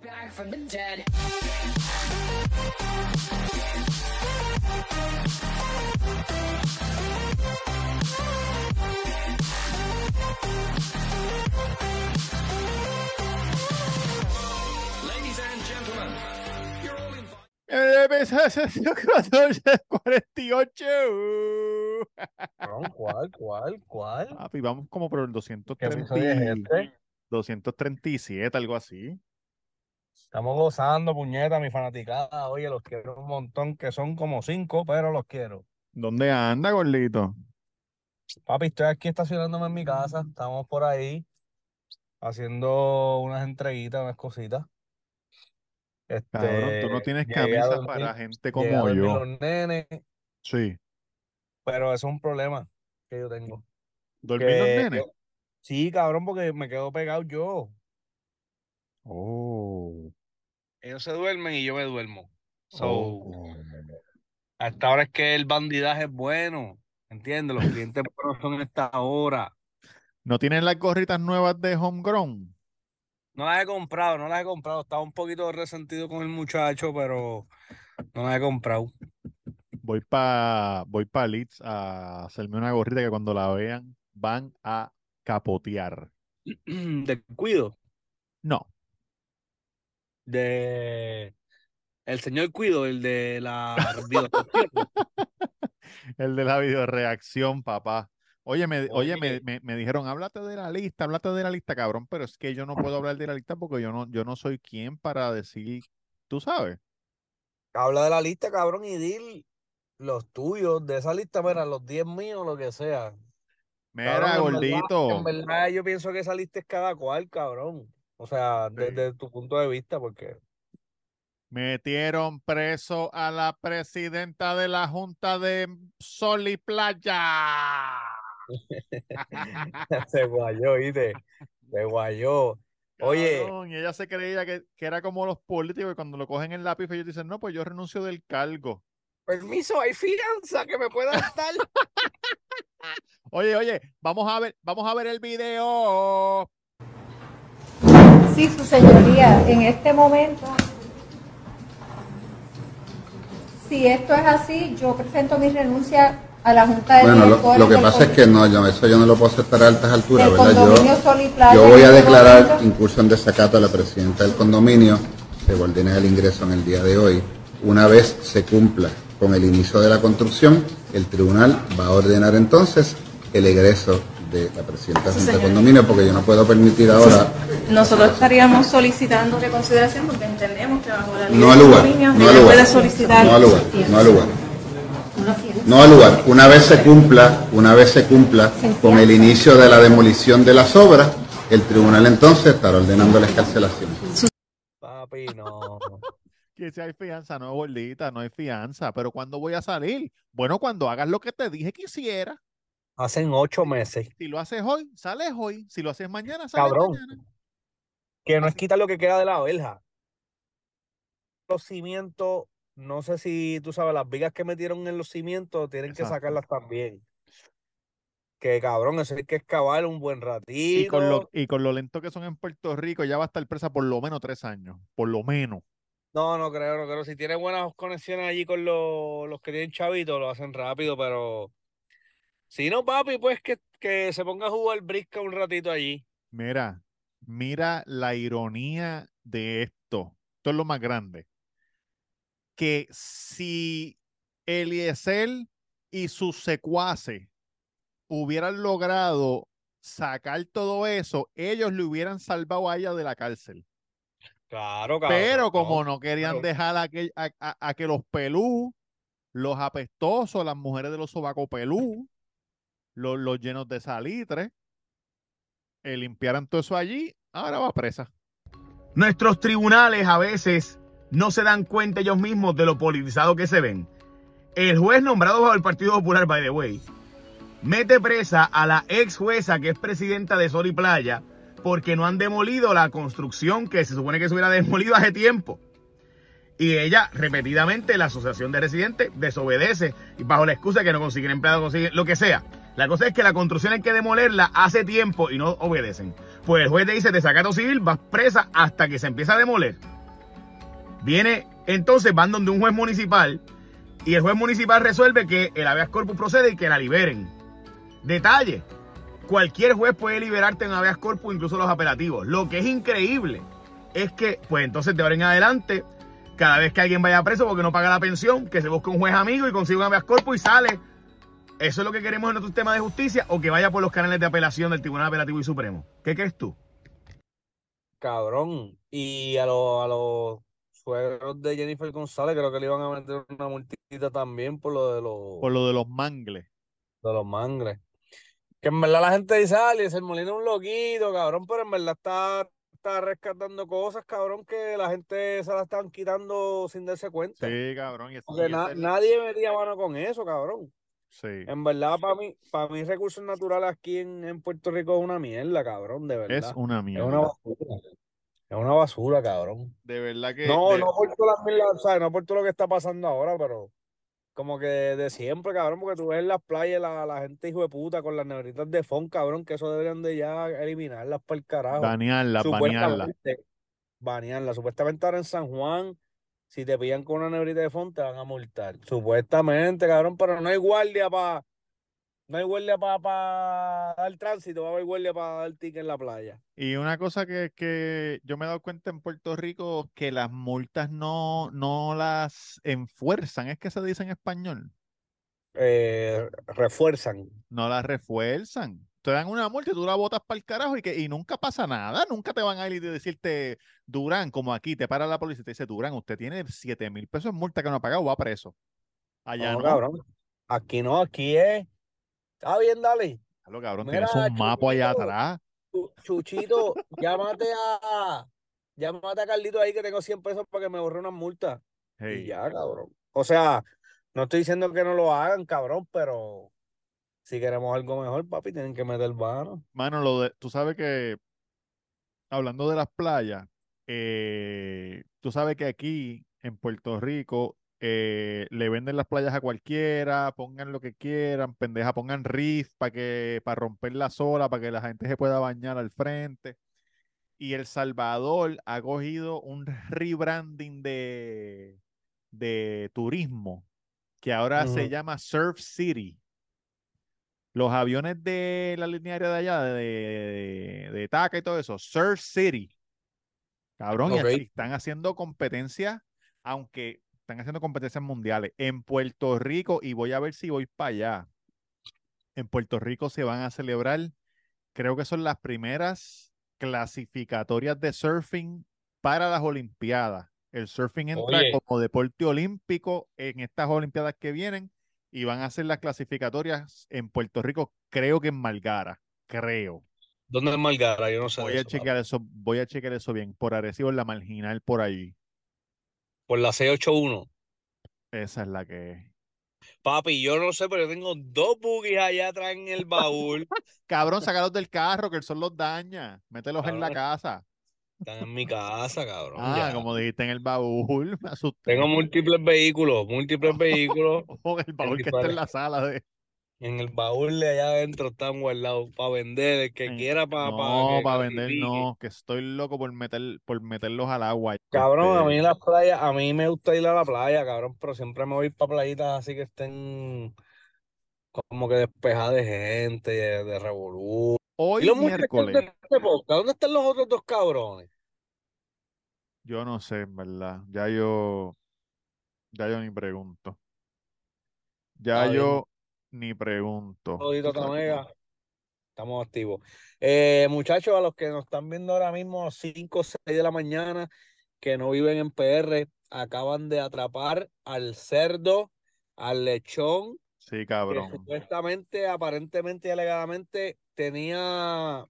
back from the dead. Ladies and gentlemen, you're all invited. 1448. ¿Cuál? Papi, vamos como por el ¿Qué 230, episodio es este? 237, algo así. Estamos gozando, puñeta, mi fanaticada. Oye, los quiero un montón, que son como 5, pero los quiero. ¿Dónde anda, gordito? Papi, estoy aquí estacionándome en mi casa. Estamos por ahí haciendo unas entreguitas, unas cositas. Cabrón, tú no tienes camisa para gente llegué a como dormir yo. los nenes, Sí. pero eso es un problema que yo tengo. ¿Dormir los Que nenes? sí, cabrón, porque me quedo pegado yo. Oh. Ellos se duermen y yo me duermo. So, Oh. hasta ahora es que el bandidaje es bueno. ¿Entiendes? Los clientes buenos son a esta hora. ¿No tienen las gorritas nuevas de Homegrown? No las he comprado. Estaba un poquito resentido con el muchacho, pero no las he comprado. Voy pa Leeds a hacerme una gorrita que cuando la vean van a capotear. De cuido. No, De el señor Cuido, el de la videoreacción. el de la videoreacción, papá. Oye, Oye, me dijeron, háblate de la lista, cabrón, pero es que yo no puedo hablar de la lista porque yo no soy quien para decir, tú sabes. habla de la lista, cabrón, y di los tuyos de esa lista, mira, los 10 míos, lo que sea. Mira, Cabrón, en gordito, verdad yo pienso que esa lista es cada cual, cabrón. O sea, sí. desde tu punto de vista, porque Metieron preso a la presidenta de la Junta de Sol y Playa. se guayó, ¿viste? Se guayó. Oye, Cabrón, y ella se creía que era como los políticos y cuando lo cogen en la pifa ellos dicen, no, pues yo renuncio del cargo. permiso, hay fianza que me puedas dar. Oye, vamos a ver el video. Sí, su señoría, en este momento, si esto es así, yo presento mi renuncia a la Junta de Bueno, Directores lo que del pasa es que no, eso yo no lo puedo aceptar a altas alturas, del ¿verdad? condominio Sol y Playa Yo voy en a este declarar momento. incursión de desacato a la presidenta del condominio, que ordena el ingreso en el día de hoy. Una vez se cumpla con el inicio de la construcción, el tribunal va a ordenar entonces el egreso de la presidenta de la Junta de Condominio, porque yo no puedo permitir ahora. Nosotros estaríamos solicitando reconsideración porque entendemos que bajo la ley No al de lugar, condominio no al ella lugar, puede solicitar. no al lugar, no al lugar. No al lugar. Una vez se cumpla con el inicio de la demolición de las obras, el tribunal entonces estará ordenando la excarcelación. Papi, no. Que si hay fianza, no, gordita, no hay fianza. Pero ¿cuándo voy a salir? Bueno, cuando hagas lo que te dije que hiciera. Hacen 8 meses. Si lo haces hoy, sales hoy. Si lo haces mañana, sales Cabrón, mañana. que no es Así. quitar lo que queda de la verja. Los cimientos, no sé si tú sabes, las vigas que metieron en los cimientos tienen que Exacto. sacarlas también. Que cabrón, eso hay que excavar un buen Y ratito. con lo lento que son en Puerto Rico, ya va a estar presa por lo menos 3 años. Por lo menos. No creo. Si tiene buenas conexiones allí con los que tienen chavitos, lo hacen rápido, pero si no, papi, pues que se ponga a jugar brisca un ratito allí. Mira la ironía de esto. Esto es lo más grande. Que si Eliezer y sus secuaces hubieran logrado sacar todo eso, ellos le hubieran salvado a ella de la cárcel. Claro, cabrón. Pero como no querían dejar a que los pelú, los apestosos, las mujeres de los sobacos pelú, los llenos de salitre, limpiaran todo eso allí, ahora va presa. Nuestros tribunales a veces no se dan cuenta ellos mismos de lo politizado que se ven. El juez nombrado bajo el Partido Popular, by the way, mete presa a la ex jueza que es presidenta de Sol y Playa porque no han demolido la construcción que se supone que se hubiera demolido hace tiempo. Y ella, repetidamente, la asociación de residentes desobedece y bajo la excusa de que no consiguen empleados, consiguen lo que sea. La cosa es que la construcción hay que demolerla hace tiempo y no obedecen. Pues el juez te dice, desacato civil, vas presa hasta que se empieza a demoler. Entonces van donde un juez municipal y el juez municipal resuelve que el habeas corpus procede y que la liberen. Detalle, cualquier juez puede liberarte en habeas corpus, incluso los apelativos. Lo que es increíble es que, pues entonces de ahora en adelante, cada vez que alguien vaya preso porque no paga la pensión, que se busque un juez amigo y consiga un habeas corpus y sale. ¿Eso es lo que queremos en nuestro sistema de justicia o que vaya por los canales de apelación del Tribunal Apelativo y Supremo? ¿Qué crees tú? Cabrón. Y a los suegros de Jennifer González creo que le iban a meter una multita también por lo Por lo de los mangles. de los mangles. Que en verdad la gente dice, el Molina es un loquito, cabrón, pero en verdad está rescatando cosas, cabrón, que la gente se la están quitando sin darse cuenta. Sí, cabrón. Porque nadie metía mano con eso, cabrón. Sí. En verdad, para mí recursos naturales aquí en Puerto Rico es una mierda, cabrón, de verdad. Es una Es mierda. una basura. Es una basura, cabrón. De verdad que... No por todas las mierdas, ¿sabes? No por todo lo que está pasando ahora, pero como que de siempre, cabrón, porque tú ves en las playas la gente hijo de puta con las neveritas de fond, cabrón, que eso deberían de ya eliminarlas para el carajo. Banearla. Banearla. Supuestamente ahora en San Juan, si te pillan con una neverita de fond, te van a multar. Supuestamente, cabrón, pero no hay guardia para dar tránsito, va a haber guardia para dar ticket en la playa. Y una cosa que yo me he dado cuenta en Puerto Rico, que las multas no las enfuerzan, es que se dice en español, Refuerzan. no las refuerzan. Te dan una multa y tú la botas para el carajo y nunca pasa nada, nunca te van a ir y decirte, Durán, como aquí, te para la policía y te dice, Durán, usted tiene 7,000 pesos en multa que no ha pagado, va preso. Allá no. Cabrón. Aquí no, aquí es. Está bien, dale. Claro, cabrón, Mira, tienes un mapa allá atrás. Chuchito, llámate a Carlito ahí que tengo 100 pesos para que me borre una multa. Hey. Y ya, cabrón. O sea, no estoy diciendo que no lo hagan, cabrón, pero si queremos algo mejor, papi, tienen que meter mano. Mano, tú sabes que, hablando de las playas, tú sabes que aquí en Puerto Rico le venden las playas a cualquiera, pongan lo que quieran, pendeja, pongan reef para romper la ola, para que la gente se pueda bañar al frente. Y El Salvador ha cogido un rebranding de turismo que ahora se llama Surf City. Los aviones de la línea aérea de allá, de TACA y todo eso, Surf City. Cabrón, Ok. y están haciendo competencias, aunque están haciendo competencias mundiales. En Puerto Rico, y voy a ver si voy para allá. En Puerto Rico se van a celebrar, creo que son las primeras clasificatorias de surfing para las Olimpiadas. El surfing entra Oye. como deporte olímpico en estas Olimpiadas que vienen y van a hacer las clasificatorias en Puerto Rico, creo que en Margara, creo. ¿Dónde es Margara? Yo no sé de eso, Voy a chequear eso bien. Por Arecibo, en la Marginal, por allí. por la 681. Esa es la que es. Papi, yo no sé, pero yo tengo 2 buggies allá atrás en el baúl. Cabrón, sácalos del carro, que el sol los daña. Mételos en la Cabrón, casa. están en mi casa, cabrón. Ah, Ya. como dijiste en el baúl, me asusté. Tengo múltiples vehículos. O el baúl que está en la sala de... En el baúl de allá adentro están guardados para vender. El que quiera para No, que para vender clasifique. no, que estoy loco por meterlos al agua. Cabrón, a mí las playas, a mí me gusta ir a la playa, cabrón, pero siempre me voy para playitas así que estén como que despejadas de gente, de revolú. ¿Y Hoy los muchachos miércoles, de este podcast? ¿Dónde están los otros 2 cabrones? yo no sé, en verdad. Ya yo ni pregunto. Ya Está bien. yo ni pregunto. Saludito, ¿Tú sabes? Tamega. Estamos activos. Muchachos, a los que nos están viendo ahora mismo a 5 o 6 de la mañana, que no viven en PR, acaban de atrapar al cerdo, al lechón, Sí, que cabrón. supuestamente, aparentemente y alegadamente tenía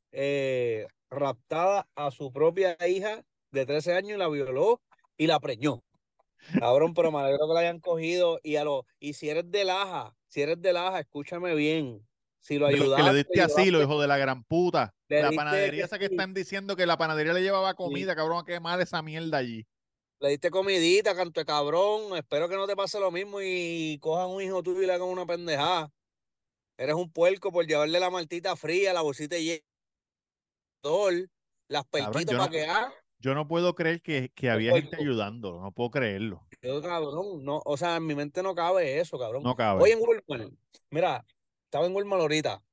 raptada a su propia hija de 13 años y la violó y la preñó. Cabrón, pero me alegro que la hayan cogido. Y si eres de Laja, escúchame bien. Si lo De los que le ayudaste, diste asilo, hijo de la gran puta. le La diste panadería que esa que sí. están diciendo que la panadería le llevaba comida, cabrón, qué mal esa mierda allí. Le diste comidita, canto de cabrón. Espero que no te pase lo mismo y cojan un hijo tuyo y le hagan una pendejada. Eres un puerco por llevarle la maltita fría, la bolsita de hielo, las Cabrón, perquitos para que Yo no puedo creer que había gente puerco. ayudando, no puedo creerlo. Yo, cabrón, no, o sea, en mi mente no cabe eso, cabrón. No cabe. Hoy en Walmart, mira, estaba en Walmart ahorita,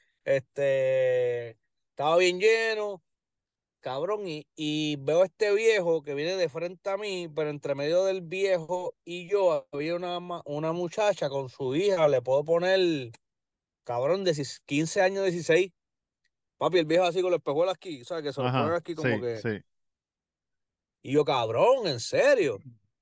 estaba bien lleno, cabrón, y veo a este viejo que viene de frente a mí, pero entre medio del viejo y yo había una muchacha con su hija, le puedo poner, cabrón, 15 años, 16. Papi, el viejo así con los espejuelos aquí, ¿sabes? Que se los ponen Ajá, aquí como sí, que. sí. Y yo, cabrón, en serio.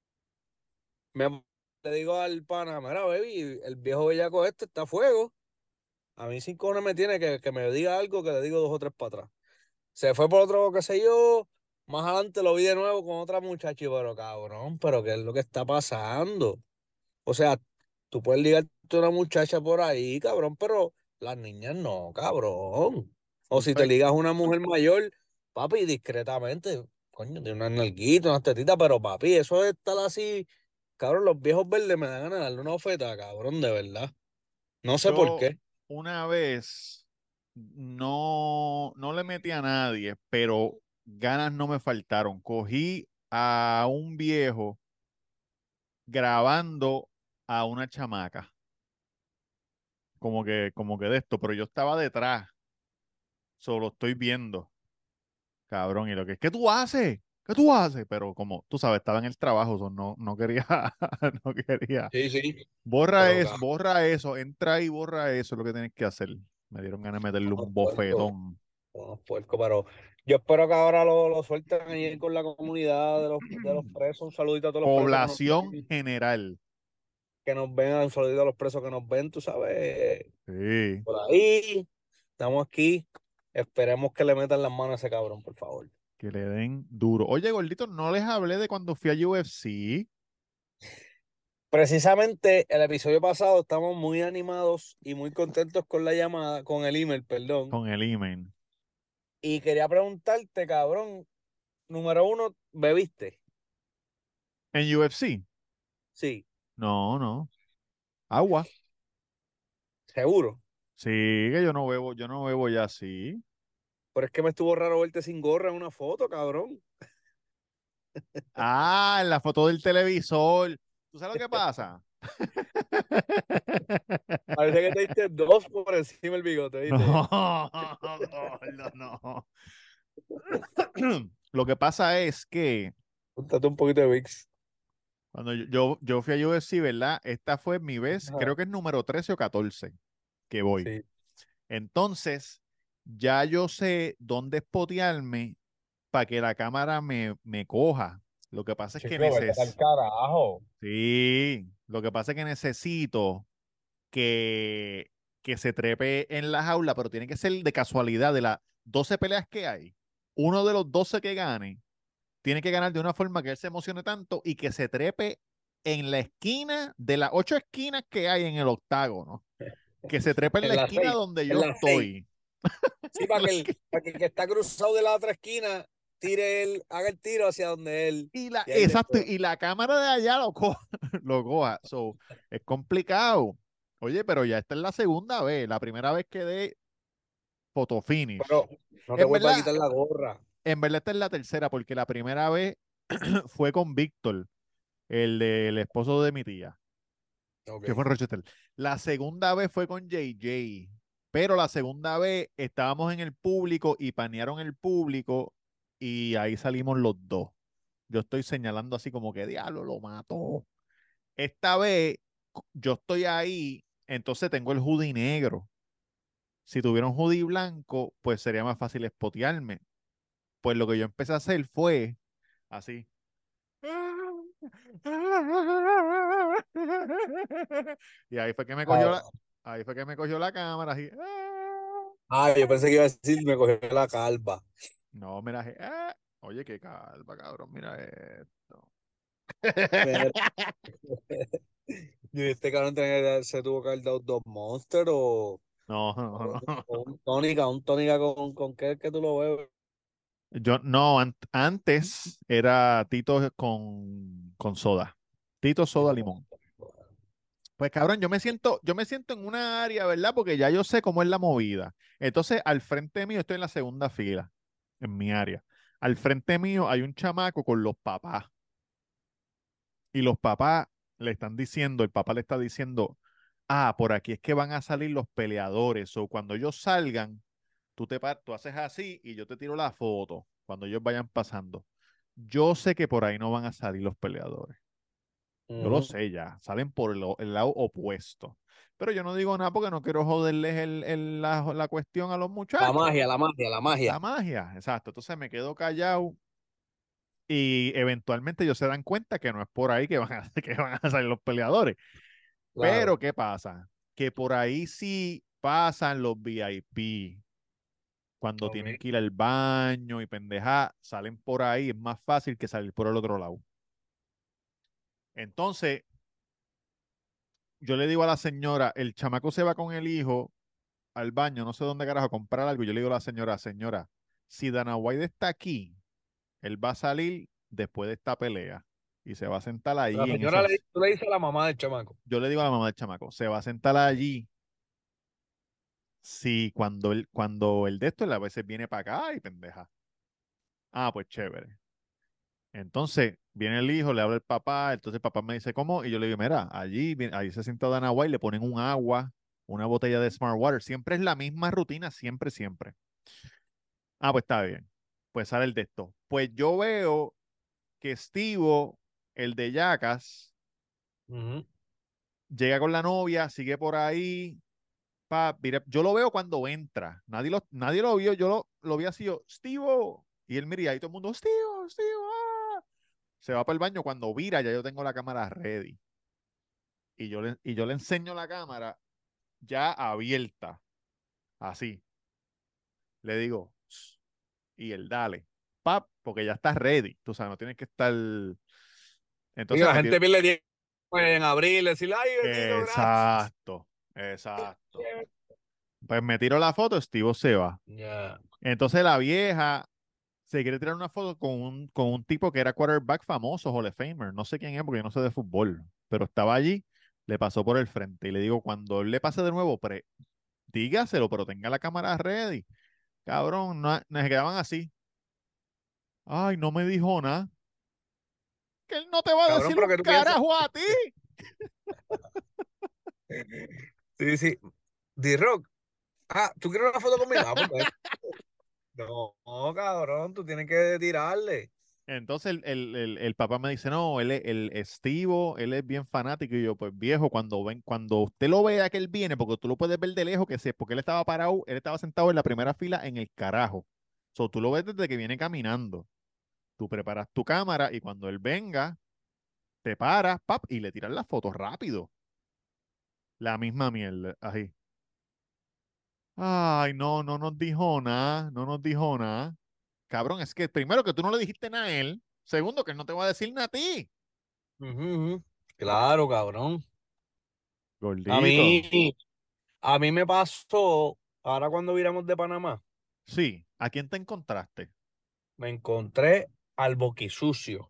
Le digo al pana, mira, baby, el viejo bellaco este está a fuego. A mí sin cojones me tiene que me diga algo que le digo dos o tres para atrás. Se fue por otro, qué sé yo. Más adelante lo vi de nuevo con otra muchacha, y pero cabrón, pero ¿qué es lo que está pasando? O sea, tú puedes ligarte a una muchacha por ahí, cabrón, pero las niñas no, cabrón. O si te Pues, ligas a una mujer mayor, papi, discretamente, coño, de una nalguita, unas tetitas, pero papi, eso de estar así, cabrón, los viejos verdes me dan ganas de darle una oferta, cabrón, de verdad. No sé por yo qué. una vez no le metí a nadie, pero ganas no me faltaron. Cogí a un viejo grabando a una chamaca, como que de esto, pero yo estaba detrás, solo estoy viendo, cabrón, y lo que es, ¿qué tú haces? ¿Qué tú haces? Pero como tú sabes, estaba en el trabajo, no quería, no quería. Sí, sí, Borra pero eso, borra eso, entra y borra eso, es lo que tienes que hacer. Me dieron ganas de meterle un puerco, bofetón. puerco, pero yo espero que ahora lo suelten ahí con la comunidad de los presos. Un saludito a todos los presos que nos Población ven. general. Que nos ven, un saludito a los presos que nos ven, tú sabes, Sí, por ahí. Estamos aquí. Esperemos que le metan las manos a ese cabrón, por favor. que le den duro. Oye, gordito, no les hablé de cuando fui a UFC Precisamente el episodio pasado estamos muy animados y muy contentos con la llamada, con el email, perdón. con el email. Y quería preguntarte, cabrón, número uno, ¿bebiste? ¿En UFC? Sí, No. Agua. seguro. Sí, que yo no bebo ya así. Pero es que me estuvo raro verte sin gorra en una foto, cabrón. Ah, en la foto del televisor. ¿Tú sabes lo que pasa? Parece que te diste dos por encima del bigote, ¿viste? No, gordo, no. Lo que pasa es que Póntate un poquito de Vicks. cuando yo fui a UFC, ¿verdad? Esta fue mi vez, Ajá, creo que es número 13 o 14 que voy. sí. Entonces, ya yo sé dónde spotearme para que la cámara me coja. Lo que pasa es que Chico, vete al carajo. sí, lo que pasa es que necesito que, que se trepe en la jaula, pero tiene que ser de casualidad de las 12 peleas que hay. Uno de los 12 que gane tiene que ganar de una forma que él se emocione tanto y que se trepe en la esquina de las 8 esquinas que hay en el octágono. Que se trepe en En la las esquina seis. donde En yo las seis. estoy. Sí, En la esquina. para que el que está cruzado de la otra esquina haga el tiro hacia donde él. Y ahí le Exacto, coja. y la cámara de allá lo coja. Lo coja. So, es complicado. Oye, pero ya esta es la segunda vez. La primera vez que dé photo finish. Pero no te En vuelvas a verdad, quitar la gorra. en verdad esta es la tercera, porque la primera vez fue con Víctor, el del esposo de mi tía, Ok. que fue en Rochester. La segunda vez fue con JJ, pero la segunda vez estábamos en el público y panearon el público y ahí salimos los dos. Yo estoy señalando así como que diablo, lo mató. Esta vez yo estoy ahí, entonces tengo el hoodie negro. Si tuviera un hoodie blanco, pues sería más fácil espotearme. Pues lo que yo empecé a hacer fue así. Y Ah, ahí fue que me cogió la cámara así. yo pensé que iba a decir me cogió la calva. No, mira, oye, qué calva, cabrón, mira esto. Mira, y este cabrón se tuvo que haber dado dos Monster No, o, no, no. un tónica con qué es que tú lo ves. Yo, no, antes era Tito con soda. Tito, soda, limón. Pues cabrón, yo me siento en una área, ¿verdad? Porque ya yo sé cómo es la movida. Entonces, al frente mío estoy en la segunda fila, en mi área. Al frente mío hay un chamaco con los papás. Y los papás le están diciendo, el papá le está diciendo, por aquí es que van a salir los peleadores. O cuando ellos salgan, tú haces así y yo te tiro la foto cuando ellos vayan pasando. Yo sé que por ahí no van a salir los peleadores. Yo lo sé ya, salen por el lado opuesto. Pero yo no digo nada porque no quiero joderles la cuestión a los La muchachos. magia, la magia, la magia. La magia, exacto. Entonces me quedo callado y eventualmente ellos se dan cuenta que no es por ahí que que van a salir los peleadores. Pero Claro. ¿qué pasa? Que por ahí sí pasan los VIP. Cuando tienen Ok. que ir al baño y pendeja, salen por ahí. Es más fácil que salir por el otro lado. Entonces, yo le digo a la señora, el chamaco se va con el hijo al baño, no sé dónde carajo, a comprar algo. Yo le digo a la señora, señora, si Dana White está aquí, él va a salir después de esta pelea y se va a sentar La allí en señora esas. tú le dices a la mamá del chamaco. Yo le digo a la mamá del chamaco, se va a sentar allí. Sí, cuando el de esto, él a veces viene para acá y pendeja. Pues chévere. Entonces, viene el hijo, le habla el papá, entonces el papá me dice, ¿cómo? Y yo le digo, mira, ahí se sienta Dana White, le ponen un agua, una botella de Smart Water. Siempre es la misma rutina, siempre, siempre. Pues está bien. Pues sale el de esto. Pues yo veo que Steve, el de Yacas, Ujú. llega con la novia, sigue por ahí. Mira, yo lo veo cuando entra. Nadie lo vio. Yo lo vi así, yo, Steve. Y él mira y ahí todo el mundo, Steve, Steve. Se va para el baño. Cuando vira, ya yo tengo la cámara ready. Y yo le enseño la cámara ya abierta. Así. Le digo, "Shh", y él dale. Porque ya está ready. Tú sabes, no tienes que estar. Y Entonces la me gente tiro. pierde tiempo en abril, decirle, ay, bendito, gracias. Exacto. Exacto. Pues me tiro la foto, Steve se va. Ya. Entonces la vieja se quiere tirar una foto con un tipo que era quarterback famoso, Hall of Famer. No sé quién es porque yo no sé de fútbol, pero estaba allí, le pasó por el frente y le digo, cuando él le pase de nuevo, dígaselo, pero tenga la cámara ready. Cabrón, no, se quedaban así. Ay, no me dijo nada. Que él no te va a Cabrón, decir pero un ¿qué tú piensas? carajo a ti. Sí, sí. D-Rock, ¿tú quieres una foto conmigo? Pues ven. No, no, cabrón, tú tienes que tirarle. Entonces el papá me dice, no, el Estivo, él es bien fanático. Y yo, pues viejo, cuando usted lo vea que él viene, porque tú lo puedes ver de lejos, porque él estaba parado, él estaba sentado en la primera fila en el carajo. Tú lo ves desde que viene caminando. Tú preparas tu cámara y cuando él venga, te paras, y le tiras las fotos rápido. La misma mierda, así. Ay, no, no nos dijo nada, no nos dijo nada. Cabrón, es que primero que tú no le dijiste nada a él, segundo que él no te va a decir nada a ti. Ujú, ujú. Claro, cabrón. A Gordito. mí, a mí me pasó, ahora cuando viramos de Panamá, Sí, ¿a quién te encontraste? me encontré al boquisucio.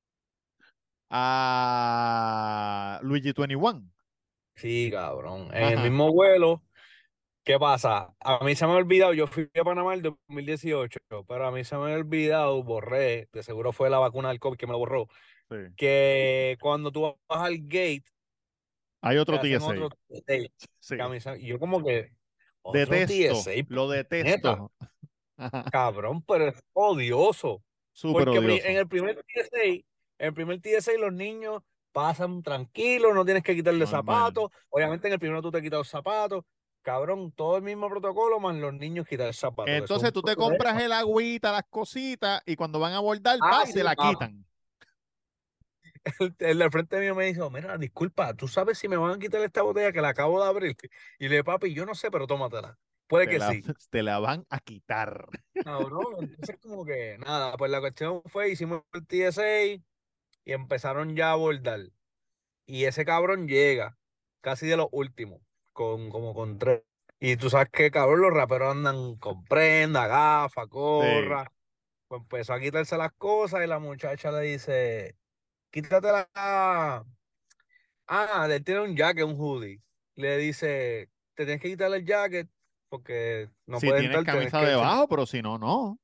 A Luigi 21. Sí, cabrón. En el Ajá, mismo vuelo. ¿Qué pasa? A mí se me ha olvidado, yo fui a Panamá en el 2018, pero a mí se me ha olvidado, borré, de seguro fue la vacuna del COVID que me lo borró, sí. que cuando tú vas al gate, Hay te otro hacen TSA. otro TSA, Sí. y yo como que, otro Detesto, TSA, lo neta, detesto. Ajá. cabrón, pero es odioso, Súper porque en odioso. el primer TSA los niños pasan tranquilos, no tienes que quitarle Normal. zapatos, obviamente en el primero tú te quitas los zapatos. Cabrón, todo el mismo protocolo, más los niños quitar el zapato, que eso es Entonces un tú te compras problema. el agüita, las cositas, y cuando van a abordar, se Sí, la papá. quitan. El del frente mío me dijo, mira, disculpa, ¿tú sabes si me van a quitar esta botella que la acabo de abrir? Y le dije, papi, yo no sé, pero tómatela. Puede Te que la, sí. te la van a quitar. Cabrón, entonces como que nada, pues la cuestión fue, hicimos el TSA y empezaron ya a abordar. Y ese cabrón llega, casi de los últimos, como con tres. Y tú sabes que, cabrón, los raperos andan con prenda, gafas, Sí. gorra. Pues empezó a quitarse las cosas y la muchacha le dice, quítate la... él tiene un jacket, un hoodie. Le dice, te tienes que quitar el jacket porque no Si puedes tienes entrar, tienes camisa que enseñar. debajo, pero si no, no.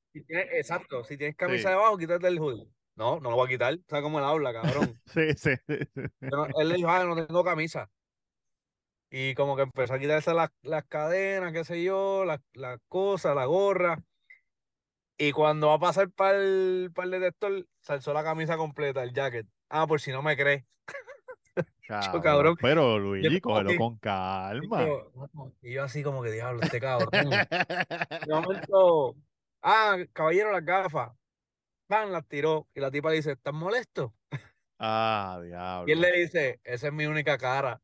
Exacto, si tienes camisa Sí, debajo, quítate el hoodie. No, no lo voy a quitar. ¿Sabes cómo él habla, cabrón? sí, sí, sí, sí. Él le dijo, no tengo camisa. Y como que empezó a quitarse las cadenas, qué sé yo, las cosas, la gorra. Y cuando va a pasar para el detector, se alzó la camisa completa, el jacket. Ah, por si no me crees. Yo, Cabrón, cabrón. pero Yo Luigi, como cógelo que, con calma. y yo así como que diablo, este cabrón. De momento, caballero, las gafas. Van, las tiró. Y la tipa dice, ¿estás molesto? Ah, Y él diablo. le dice, esa es mi única cara.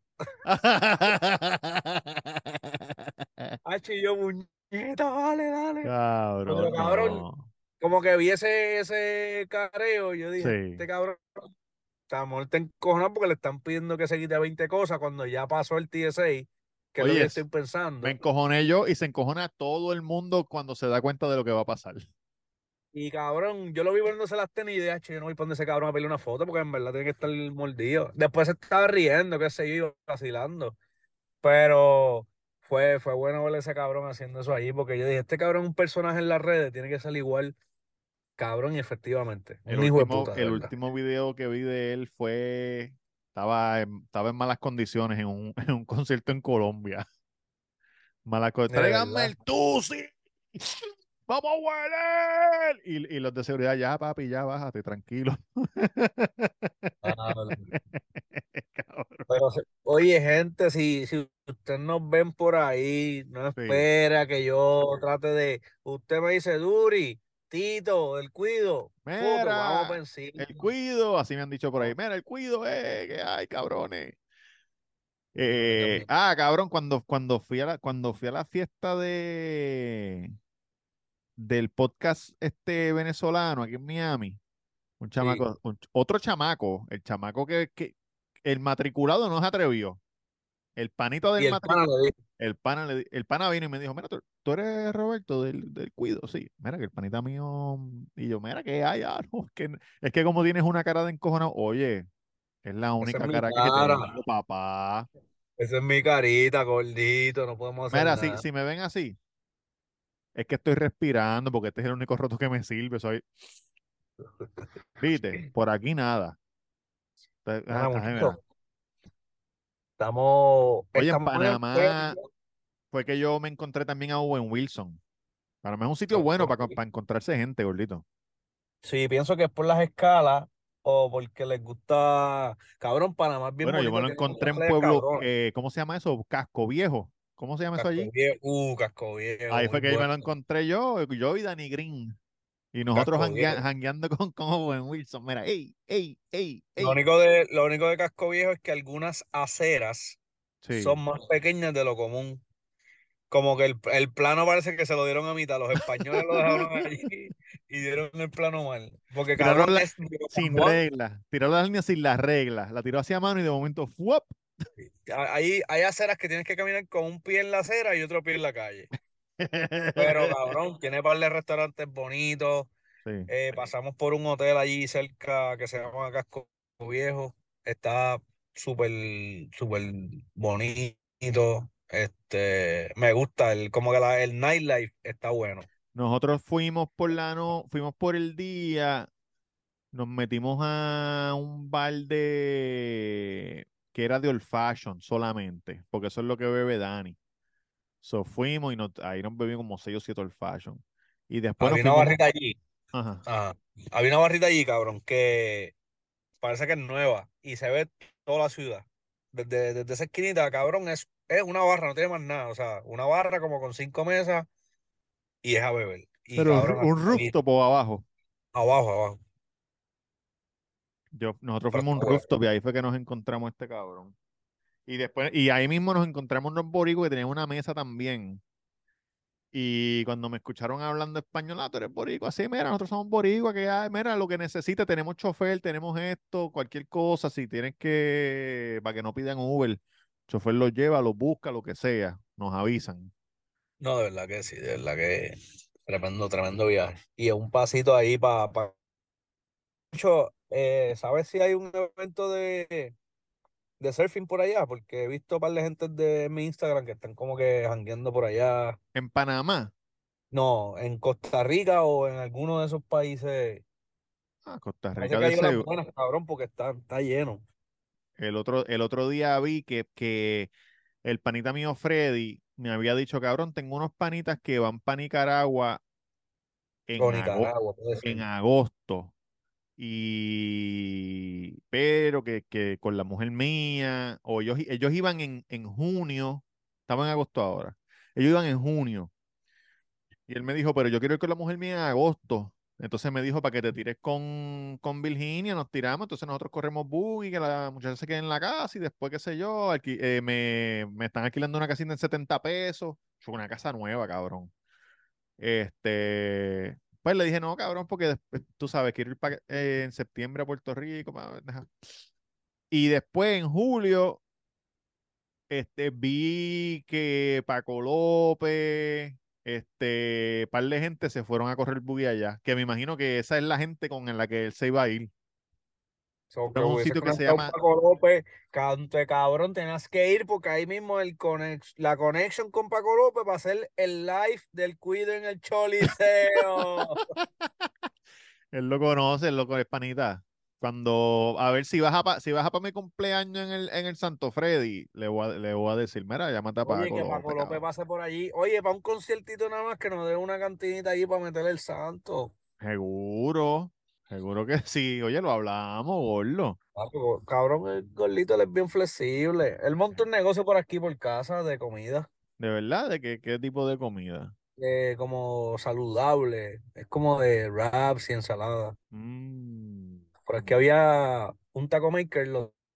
Y yo, muñeca, dale, dale. Pero Cabrón, cabrón, no. como que vi ese careo, yo dije, Sí. este cabrón, está muerto encojonado porque le están pidiendo que se quite 20 cosas cuando ya pasó el TSA, que es lo que yo Oye, estoy me pensando. encojoné yo y se encojona todo el mundo cuando se da cuenta de lo que va a pasar. Y cabrón, yo lo vi poniéndose las tenis y dije, yo no voy a poner ese cabrón a pedirle una foto porque en verdad tiene que estar mordido. Después se estaba riendo, qué sé yo, vacilando. Pero fue bueno ver a ese cabrón haciendo eso allí porque yo dije, este cabrón es un personaje en las redes, tiene que ser igual, cabrón, y efectivamente, un hijo de puta, de El verdad. último video que vi de él fue, estaba en malas condiciones en un, en un concierto en Colombia. Malas condiciones. De Tráiganme verdad. el Tusi. Vamos a hueler. Y los de seguridad, ya papi, ya bájate, tranquilo. Ah, Cabrón. pero, oye, gente, si ustedes nos ven por ahí, no Sí. espera que yo trate de. Usted me dice, Duri, Tito, el cuido, foto, vamos por Mira, encima. el cuido, así me han dicho por ahí. Mira, el cuido, que hay, cabrones. A mí también. Cabrón, cuando fui a la fiesta del podcast este venezolano aquí en Miami, un Sí. chamaco, otro chamaco, el chamaco el matriculado no se atrevió. El panito del Y el pana matriculado, le dijo, el pana vino y me dijo, mira, tú eres Roberto del Cuido, sí. Mira que el panita mío, y yo, mira que hay, no, es que como tienes una cara de encojonado, oye, es la esa es única mi cara que cara, tengo, papá. esa es mi carita, gordito, no podemos hacer Mira, nada. si me ven así, es que estoy respirando porque este es el único roto que me sirve, viste, por aquí nada. Nada, Ay, mira. muchachos, estamos, Oye, en estamos en el Panamá fue que yo me encontré también a Owen Wilson. Para mí es un sitio bueno para encontrarse gente, gordito. sí, pienso que es por las escalas o porque les gusta. Cabrón, Panamá es bien Bueno, yo me bonito, lo tiene encontré unas en playas Pueblo, cabronas. ¿cómo se llama eso? Casco Viejo. ¿Cómo se llama eso Casco allí? Viejo, Casco Viejo, Ahí muy fue que me bueno. lo encontré yo y Danny Green. Y nosotros Casco Viejo. jangueando con Owen Wilson. Mira, ey, ey, ey, ey. Lo único de Casco Viejo es que algunas aceras Sí. son más pequeñas de lo común. Como que el plano parece que se lo dieron a mitad. Los españoles lo dejaron allí y dieron el plano mal. Porque Tiraron cabrón es de San sin Juan. reglas. Tiraron la línea sin las reglas. La tiró hacia mano y de momento, ¡fuap! Hay aceras que tienes que caminar con un pie en la acera y otro pie en la calle. Pero cabrón, tiene par de restaurantes bonitos. Sí. Pasamos por un hotel allí cerca que se llama Casco Viejo. Está súper, súper bonito. Me gusta, como que el nightlife está bueno. Nosotros fuimos por fuimos por el día, nos metimos a un bar que era de old fashion solamente, porque eso es lo que bebe Dani. So fuimos y ahí nos bebimos como 6 o 7 old fashion. Y después nos Había una fuimos, barrita allí. ajá, Ajá. Había una barrita allí, cabrón, que parece que es nueva y se ve toda la ciudad. Desde esa esquinita, cabrón, es una barra, no tiene más nada. O sea, una barra como con 5 mesas y es a beber. Y pero cabrón, un rooftop o abajo. abajo, abajo. Nosotros Pero fuimos a está un bueno. rooftop y ahí fue que nos encontramos a este cabrón. Y ahí mismo nos encontramos unos boricos que tenían una mesa también. Y cuando me escucharon hablando español, tú eres boricua, sí, mira, nosotros somos boricua, que hay, mira, lo que necesite, tenemos chofer, tenemos esto, cualquier cosa, si tienes para que no pidan Uber, chofer los lleva, los busca, lo que sea, nos avisan. No, de verdad que sí, de verdad que tremendo, tremendo viaje. Y un pasito ahí para. ¿Sabes si hay un evento de surfing por allá? Porque he visto un par de gente de mi Instagram que están como que jangueando por allá. En Panamá, No, en Costa Rica o en alguno de esos países. Costa Parece Rica que de hay unas ese. buenas, cabrón, porque está lleno. El otro día vi que el panita mío Freddy me había dicho, cabrón, tengo unos panitas que van para Nicaragua O en, Nicaragua, puede en ser. agosto. Pero que con la mujer mía, o ellos iban en junio, estaban en agosto ahora. Ellos iban en junio. Y él me dijo, pero yo quiero ir con la mujer mía en agosto. Entonces me dijo, para que te tires con Virginia, nos tiramos, entonces nosotros corremos buggy, que la muchacha se quede en la casa y después, qué sé yo, me están alquilando una casita en 70 pesos. Fue una casa nueva, cabrón. Pues le dije, no, cabrón, porque después, tú sabes, quiero ir en septiembre a Puerto Rico. Y después, en julio, vi que Paco López, par de gente se fueron a correr buggy allá, que me imagino que esa es la gente con la que él se iba a ir. So, que Pero es un hubiese sitio que se conectado un llama, Paco López, cante cabrón, tenías que ir porque ahí mismo la conexión con Paco López va a ser el live del Cuido en el Choliseo. él lo conoce, panita. Cuando, a ver si vas a para mi cumpleaños en el Santo Freddy, le voy a decir, mira, llámate a Oye, Paco que Paco López, López cabrón. pase por allí. Oye, para un conciertito nada más que nos dé una cantinita ahí para meterle el santo. Seguro, seguro que sí. Oye, lo hablamos, gordo. Cabrón, el gordito él es bien flexible. Él monta un negocio por aquí, por casa, de comida, ¿De verdad? ¿De qué tipo de comida? como saludable. Es como de wraps y ensalada. Mm, Por aquí había un taco maker,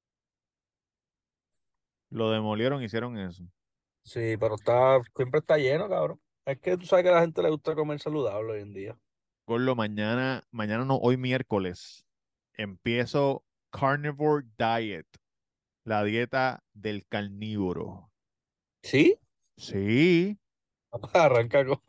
lo demolieron, hicieron eso. sí, pero siempre está lleno, cabrón. Es que tú sabes que a la gente le gusta comer saludable hoy en día. Gordo, mañana no, hoy miércoles, empiezo Carnivore Diet, la dieta del carnívoro. ¿Sí? Sí, Arranca con...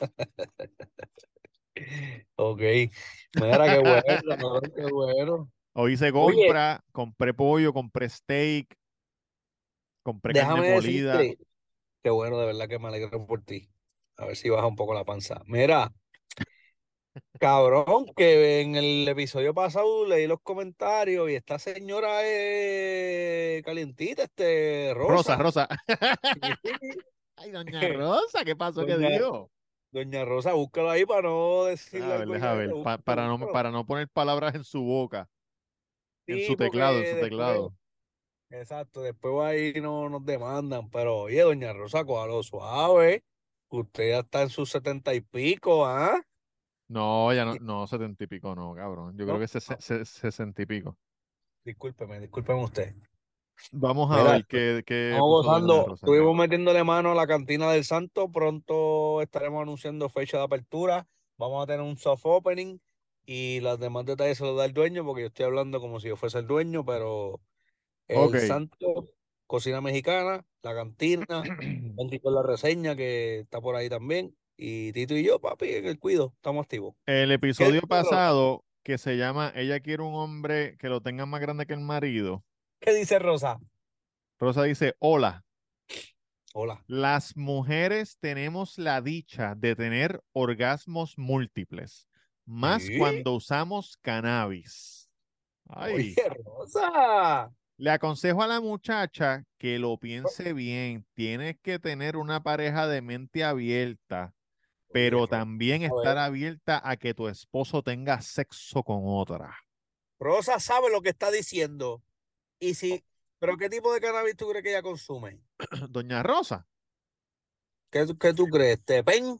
Ok. Mira, qué bueno, cabrón, qué bueno. hoy hice Oye, compra, compré pollo, compré steak, compré carne déjame molida. decirte, qué bueno, de verdad que me alegro por ti. A ver si baja un poco la panza. Mira, cabrón, que en el episodio pasado leí los comentarios y esta señora es calientita, Rosa, Rosa. Rosa. Sí. Ay, doña Rosa, ¿qué pasó? ¿Qué Doña, dijo? Doña Rosa, búscalo ahí para no decirle algo Deja diferente. ver, Búscalo, para no, búscalo. para no poner palabras en su boca, en su Sí, teclado, en porque su después, teclado. exacto, después va ahí y no nos demandan. Pero oye, doña Rosa, cójalo suave. Usted ya está en sus 70 y pico, ¿ah? No, ya no, no, 70 y pico, no, cabrón. Yo creo No, que 60 y pico. discúlpeme usted. Vamos a Mira, ver qué estamos puso doña gozando, Rosa. estuvimos metiéndole mano a la cantina del Santo. Pronto estaremos anunciando fecha de apertura. Vamos a tener un soft opening y los demás detalles se los da el dueño, porque yo estoy hablando como si yo fuese el dueño, pero Ok. el Santo, cocina mexicana, la cantina, Venti con la reseña que está por ahí también. Y Tito y yo, papi, en el cuido, estamos activos. El ¿Qué episodio dice Rosa? pasado, que se llama Ella quiere un hombre que lo tenga más grande que el marido. ¿Qué dice Rosa? Rosa dice, hola, Hola. las mujeres tenemos la dicha de tener orgasmos múltiples, más ¿Sí? cuando usamos cannabis. Oye, Ay, Rosa. le aconsejo a la muchacha que lo piense bien. Tienes que tener una pareja de mente abierta, Oye, pero Rosa. también A estar ver. abierta a que tu esposo tenga sexo con otra. Rosa sabe lo que está diciendo. Y si, pero ¿qué tipo de cannabis tú crees que ella consume? Doña Rosa, ¿Qué tú crees? ¿Tepen?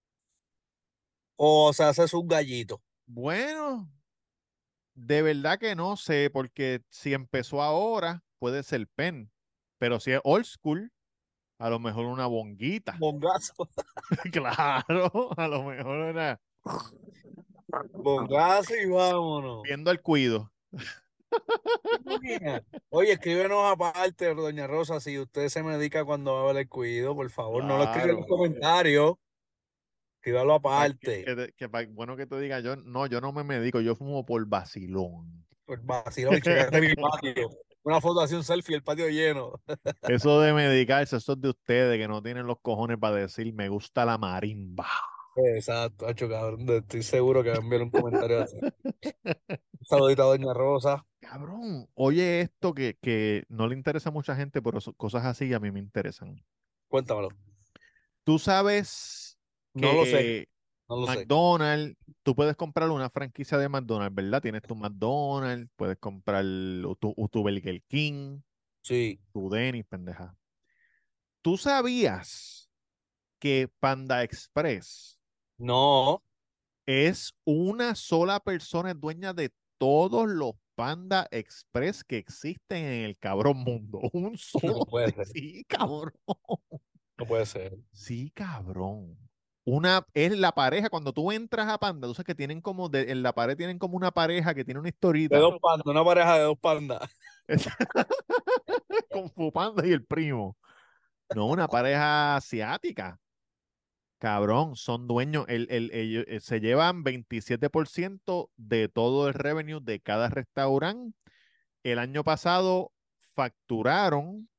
¿O se hace sus gallitos? bueno, de verdad que no sé, porque si empezó ahora, puede ser pen, pero si es old school, a lo mejor una bonguita. Bongazo. Claro, a lo mejor una Bongazo y vámonos. viendo el cuido. ¿Te imaginas? Oye, escríbenos aparte, doña Rosa, si usted se medica cuando va a ver el cuido, por favor, no lo escriba en los Claro. comentarios, escríbalo Pa- aparte. bueno que te diga, yo no me medico, yo fumo por vacilón. Pues vacilón, chécate mi patio. Una foto así, un selfie, el patio lleno. Eso de medicarse, eso es de ustedes que no tienen los cojones para decir me gusta la marimba. Exacto, hacho, cabrón. Estoy seguro que va a enviar un comentario así. Un saludito a Doña Rosa. Cabrón, oye esto que no le interesa a mucha gente, pero cosas así a mí me interesan. Cuéntamelo. Tú sabes No lo sé, que no lo sé. McDonald's, tú puedes comprar una franquicia de McDonald's, ¿verdad? Tienes tu McDonald's, puedes comprar o tu Burger King, Sí. tu Denny's, pendeja. ¿Tú sabías que Panda Express No. es una sola persona es dueña de todos los Panda Express que existen en el cabrón mundo? Un No solo. puede ser. Sí, cabrón. No puede ser. Sí, cabrón. Es la pareja, cuando tú entras a Panda, tú sabes que tienen como, en la pared tienen como una pareja que tiene una De historita. dos pandas, una pareja de dos pandas. Es con Fu Panda y el primo. No, una pareja asiática. Cabrón, son dueños, ellos, se llevan 27% de todo el revenue de cada restaurante. El año pasado facturaron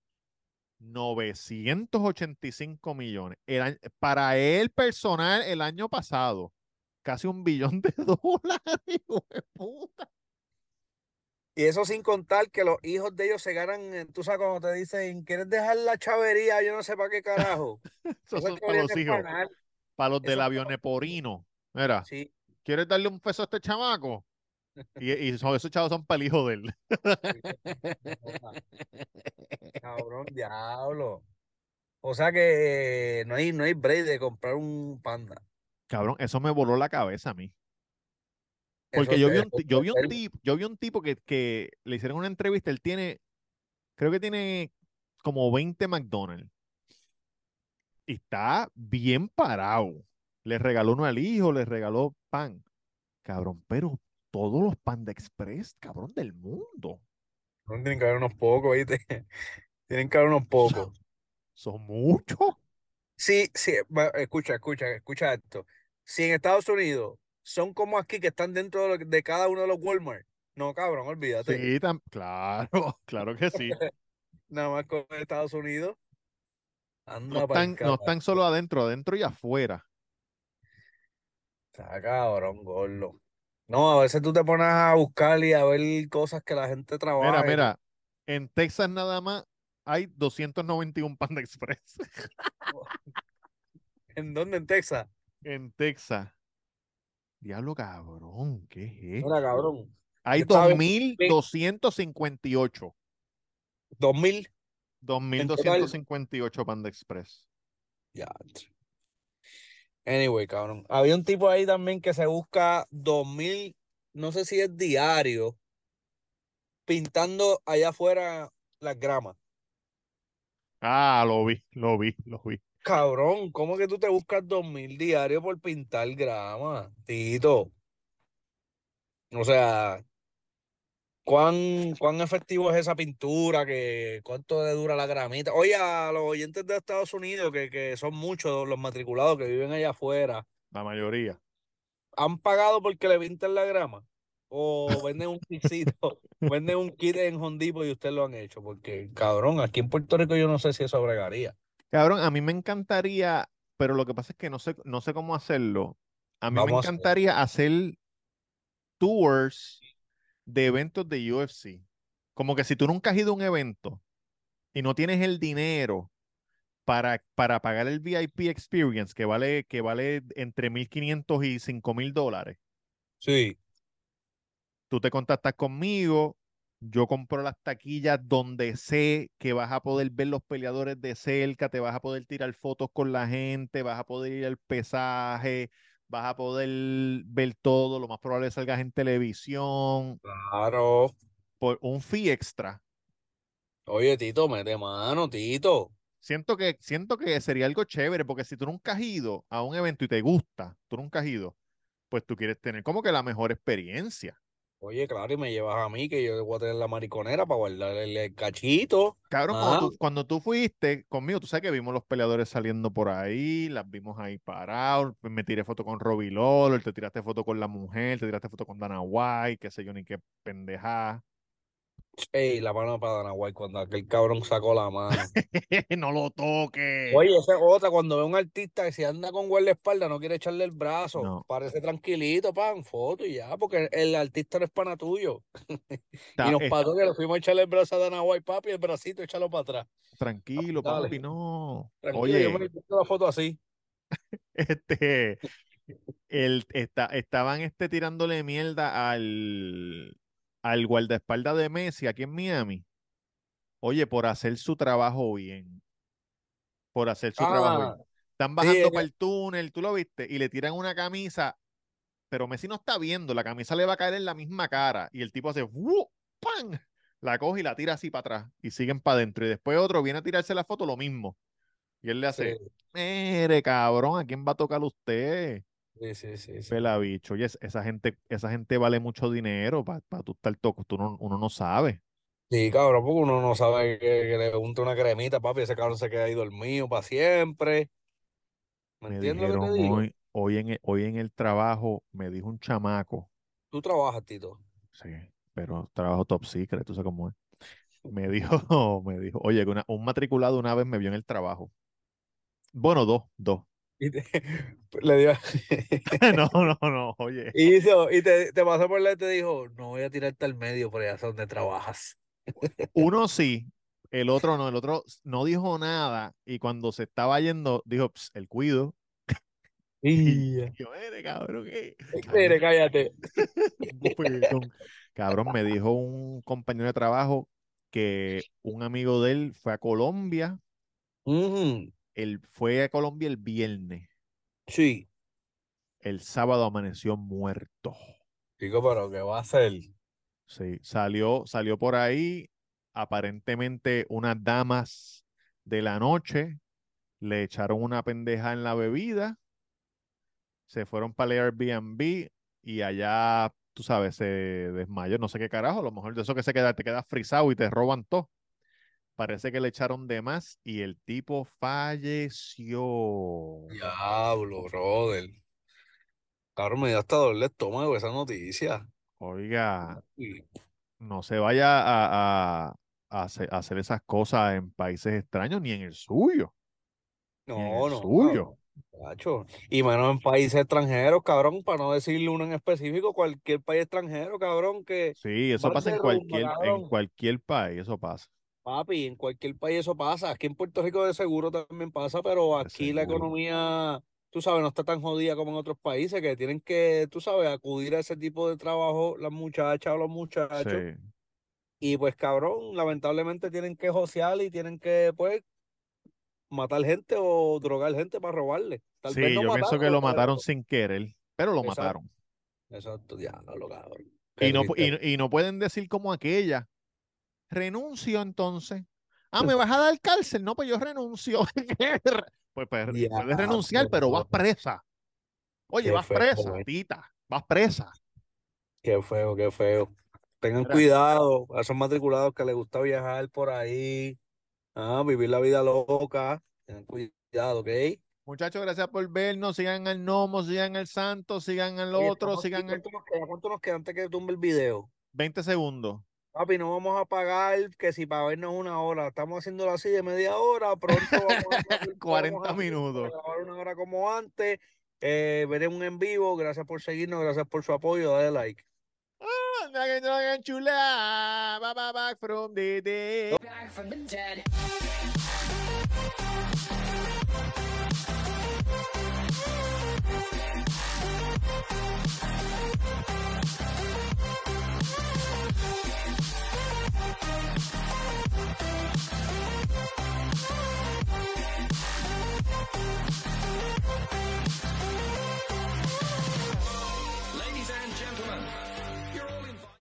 985 millones. Para el personal, el año pasado, casi $1 billón, hijo de puta. Y eso sin contar que los hijos de ellos se ganan, tú sabes, cuando te dicen, ¿quieres dejar la chavería? Yo no sé para qué carajo. Esos Esa son para chavería los no es hijos, pagar. para los del Eso es para los hijos. avioneporino. Mira, Sí. ¿quieres darle un peso a este chamaco? Esos chavos son para el hijo de él. Cabrón, diablo. O sea que no hay break de comprar un panda. Cabrón, eso me voló la cabeza a mí. Eso, Porque yo vi eso un, ti- puede ser. yo vi un tipo que le hicieron una entrevista, creo que tiene como 20 McDonald's y está bien parado. Le regaló uno al hijo, le regaló pan. Cabrón, pero todos los Panda Express, cabrón, del mundo. No tienen que haber unos pocos, ¿viste? Tienen que haber unos pocos. Son, son muchos. Sí, sí, escucha esto. Si en Estados Unidos son como aquí que están dentro de cada uno de los Walmart, no, cabrón, olvídate. Sí, claro, claro que sí. Nada más con Estados Unidos, No anda para el están, no carajo. están solo adentro, adentro y afuera. Está cabrón, gordo. No, a veces tú te pones a buscar y a ver cosas que la gente Mira, trabaja y tú, mira, en Texas nada más hay 291 Panda Express. ¿en dónde en Texas? En Texas. Diablo cabrón, ¿qué es Mira, esto? cabrón. Hay Yo estaba dos bien, mil bien, doscientos cincuenta y ocho 2000 dos mil en doscientos total. cincuenta y ocho Panda Express. Ya. Anyway, cabrón. Había un tipo ahí también que se busca 2000, no sé si es diario, pintando allá afuera las gramas. Ah, lo vi. Cabrón, ¿cómo que tú te buscas 2000 diarios por pintar grama, Tito? O sea, ¿cuán efectivo es esa pintura? ¿Cuánto le dura la gramita? Oye, a los oyentes de Estados Unidos, que son muchos los matriculados que viven allá afuera, La mayoría. ¿han pagado porque le pinten la grama? ¿O venden un kitcito, venden un kit en Home Depot y ustedes lo han hecho? Porque, cabrón, aquí en Puerto Rico yo no sé si eso bregaría. Cabrón, a mí me encantaría, pero lo que pasa es que no sé cómo hacerlo. A mí me Vamos a hacer. encantaría hacer tours de eventos de UFC. Como que si tú nunca has ido a un evento y no tienes el dinero para pagar el VIP Experience, que vale entre 1.500 y $5.000, Sí, tú te contactas conmigo, yo compro las taquillas donde sé que vas a poder ver los peleadores de cerca, te vas a poder tirar fotos con la gente, vas a poder ir al pesaje, vas a poder ver todo, lo más probable es que salgas en televisión, claro. por un fee extra. Oye, Tito, mete mano, Tito. Siento que sería algo chévere, porque si tú nunca has ido a un evento y te gusta, tú nunca has ido, pues tú quieres tener como que la mejor experiencia. Oye, claro, y me llevas a mí que yo voy a tener la mariconera para guardarle el cachito. Cabrón, cuando Ah, tú fuiste conmigo, tú sabes que vimos los peleadores saliendo por ahí, las vimos ahí parados, pues me tiré foto con Robbie Lawler, te tiraste foto con la mujer, te tiraste foto con Dana White, qué sé yo, ni qué pendejada. Ey, la mano para Dana White cuando aquel cabrón sacó la mano. No lo toque. Oye, esa es otra, cuando ve un artista que si anda con guardaespaldas no quiere echarle el brazo, No. parece tranquilito, pan, foto y ya, porque el artista no es pana tuyo. Y Está- nos es- pasó que le fuimos a echarle el brazo a Dana White, papi, el bracito, échalo para atrás. tranquilo, Dale. papi, no. Tranquilo, yo me Oye, quito la foto así. este, estaban tirándole mierda al guardaespaldas de Messi aquí en Miami. Oye, por hacer su trabajo bien. Por hacer su trabajo bien. Ah, Están sí, bajando para el túnel, tú lo viste, y le tiran una camisa, pero Messi no está viendo, la camisa le va a caer en la misma cara, y el tipo hace ¡wu! ¡Pam! La coge y la tira así para atrás, y siguen para adentro, y después otro viene a tirarse la foto, lo mismo, y él le sí, hace, mire, cabrón, ¿a quién va a tocar usted? sí. Pela bicho, oye, esa gente vale mucho dinero para tú estar toco, uno no sabe. Sí, cabrón, porque uno no sabe que le unte una cremita, papi, ese cabrón se queda ahí dormido para siempre. ¿Me Me entiendes lo que dijeron te digo? hoy en el trabajo, me dijo un chamaco, Tú trabajas, Tito. sí, pero trabajo top secret, tú sabes cómo es. Me dijo, me dijo, oye, que un matriculado una vez me vio en el trabajo. Bueno, dos. Y te, le dio, No, oye. y te pasó por la y te dijo, no voy a tirarte al medio por allá es donde trabajas. Uno sí, el otro no, el otro no dijo nada y cuando se estaba yendo dijo, "Ps, el cuido." Y Y yo, cabrón, ¿qué? mire, cállate. Bofetón. Cabrón, me dijo un compañero de trabajo que un amigo de él fue a Colombia, Ujú, él fue a Colombia el viernes, sí, el sábado amaneció muerto. chico, pero ¿qué va a hacer? Sí, salió por ahí, aparentemente unas damas de la noche le echaron una pendeja en la bebida, se fueron para el Airbnb y allá, tú sabes, se desmayó, no sé qué carajo, a lo mejor de eso que te quedas frisado y te roban todo. Parece que le echaron de más y el tipo falleció. Diablo, brother. Cabrón, me dio hasta doble estómago esa noticia. Oiga, Y- no se vaya a hacer esas cosas en países extraños ni en el suyo, ni en el No, no, suyo. cabrón. Cacho. Y menos en países extranjeros, cabrón, para no decirle uno en específico, cualquier país extranjero, cabrón, que Sí, eso van pasa de rumba, en cabrón. cualquier país, eso pasa, Papi, en cualquier país eso pasa. Aquí en Puerto Rico de seguro también pasa, pero de aquí la seguro. economía, tú sabes, no está tan jodida como en otros países que tienen que, tú sabes, acudir a ese tipo de trabajo las muchachas o los Sí, muchachos. Y pues, cabrón, lamentablemente tienen que josear y tienen que, pues, matar gente o drogar gente para robarle. Tal vez sí, no yo pienso que lo matarlo, mataron pero... sin querer, pero lo Exacto, mataron. exacto, diablo, cabrón. Qué Y no, triste. y no pueden decir como aquella, renuncio entonces. Ah, ¿me vas a dar cárcel? No, pues yo renuncio. Pues puedes renunciar, Diablo, pero vas presa. Oye, qué vas feo, presa, güey. tita, vas presa. Qué feo, qué feo. Tengan Mira, cuidado a esos matriculados que les gusta viajar por ahí, vivir la vida loca. Tengan cuidado, ¿ok? muchachos, gracias por vernos. Sigan al Nomo, sigan al Santo, sigan al Oye, otro, estamos aquí. sigan al ¿Cuánto nos queda? ¿Cuánto nos queda antes que tumbe el video? 20 segundos, Papi, no vamos a pagar que si para vernos una hora, estamos haciéndolo así de media hora, pronto vamos a hacer, vamos 40 a hacer para minutos. grabar una hora como antes. Veremos en vivo, gracias por seguirnos, gracias por su apoyo, dale like. Chula, back from the dead. Back from the dead.